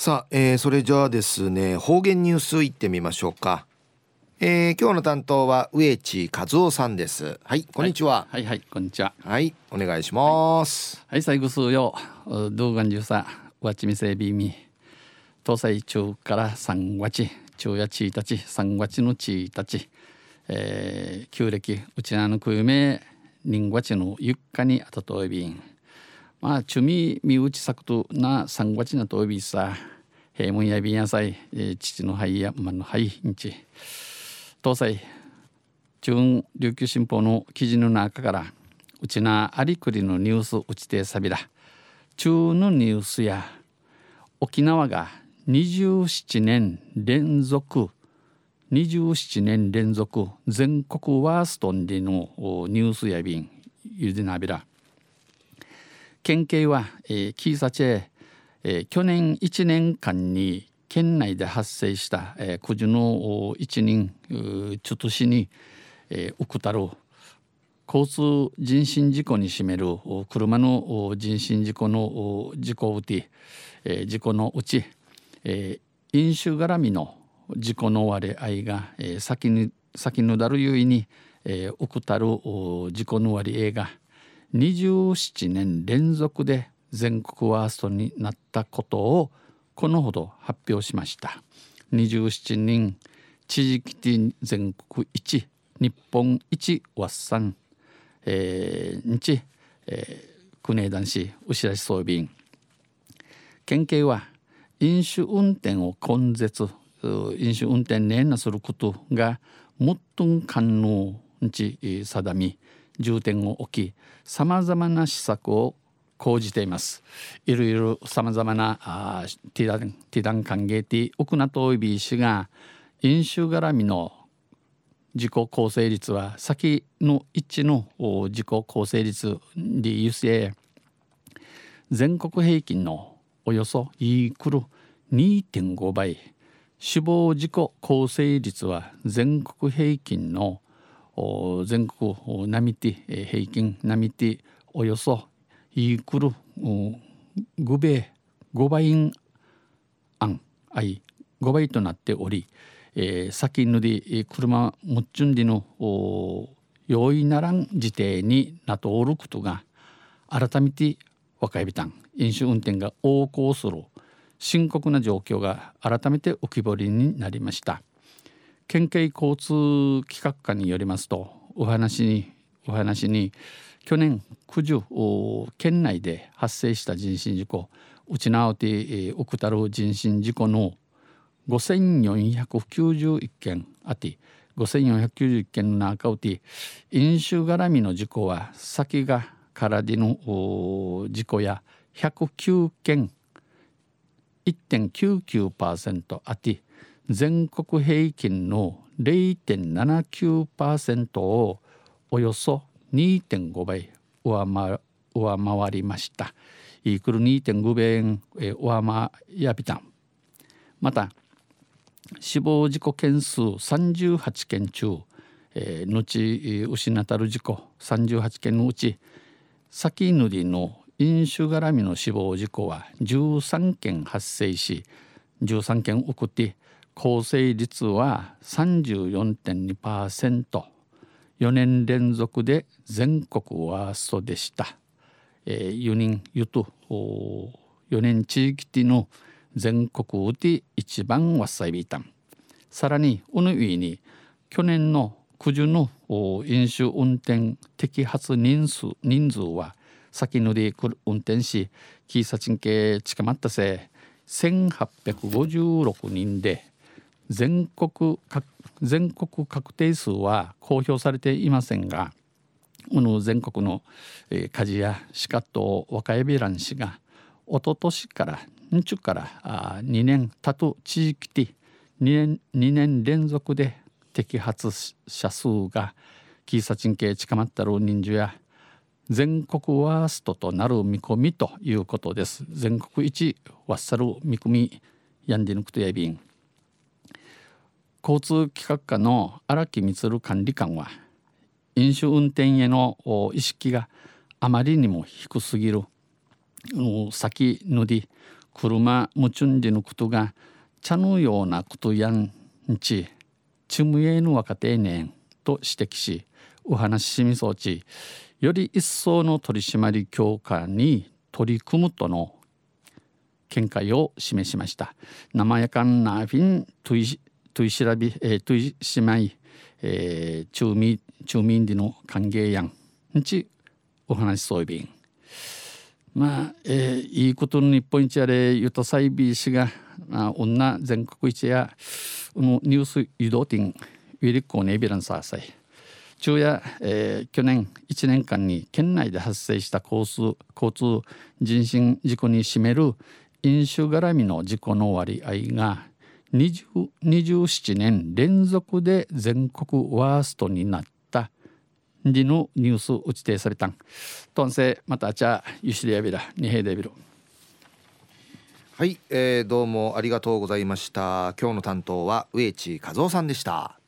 さあ、それじゃあですね、方言ニュースいってみましょうか。今日の担当は植地和夫さんです。はい、こんにちは。 はいはい、こんにちは。 はい、お願いします。 はい、最後数よ動画中さわちみせびみ東西中から3月中や1日3月の1日、旧暦うちなのくゆめ人月のゆっかにあたといびんまあちゅみみうちさくとな3月なといびさ平門やびんやさい、父の灰や馬の灰んち東西中琉球新報の記事の中からうちなありくりのニュースうちてさびら中のニュースや沖縄が27年連続全国ワーストンでのニュースやびんゆでなびら県警は、キーサチェ、去年1年間に県内で発生した、九時の一人ちょっとしに、ウクタル交通人身事故に占める車の人身事故の事故うて、事故のうち、飲酒絡みの事故の割合が、先のだるゆいに、ウクタル事故の割合が27年連続で全国ワーストになったことをこのほど発表しました。27人地域全国一日本一ワッサン日国枝男子牛田市装備員県警は飲酒運転を根絶飲酒運転ねなすることがもっとん可能に定み重点を置きさまざまな施策を講じています。いろいろさまざまなティダン歓迎ティ奥名といび氏が飲酒絡みの自己構成率は先の1の自己構成率で優勢全国平均のおよそイークル 2.5 倍死亡自己構成率は全国平均の全国並み平均並みおよそイークル5倍案5倍となっており、先ので車もっちゅんでの容易ならん時点になとおることが改めて若いびたん飲酒運転が横行する深刻な状況が改めて浮き彫りになりました。県警交通企画課によりますとお話に去年9時県内で発生した人身事故うちなおてウクタル人身事故の5491件あって5491件の中うて飲酒絡みの事故は先がからでの事故や109件 1.99% あって全国平均の 0.79% をおよそ 2.5 倍上回りました。イークル 2.5 倍上回やびたん。また死亡事故件数38件中、後失たる事故38件のうち先ぬりの飲酒絡みの死亡事故は13件発生し13件起こって構成率は 34.2%、4年連続で全国ワーストでした。4人ゆと4年地域の全国で一番わっさいびいたん。さらにうぬいに去年の9時の飲酒運転摘発人数は先ので運転しキーサチン系近まったせ1856人で全国確定数は公表されていませんが全国の家事やしかと若いびらん氏がおととしから2年たと地域で2年連続で摘発者数がキーサチン系近まったる人数や全国ワーストとなる見込みということです。全国一ワッサル見込みやんでぬくとやびん交通企画課の荒木充管理官は飲酒運転への意識があまりにも低すぎる先ので車夢中でのことが茶のようなことやんちちむえぬ若手ねんと指摘し、お話ししみそうちより一層の取り締まり強化に取り組むとの見解を示しました。生やかんなフィントイ調べトイしまい中民での歓迎やんちお話しそうびんいいことの日本一やれゆとさいびしが女全国一やニュース移動店ウィリッコーネビランサーサイ昼夜、去年1年間に県内で発生した交通人身事故に占める飲酒絡みの事故の割合が27年連続で全国ワーストになったでのニュース打ち定されたんとんせまたじゃあゆしでやびらにへいでびる。 はい、どうもありがとうございました。今日の担当は植地和夫さんでした。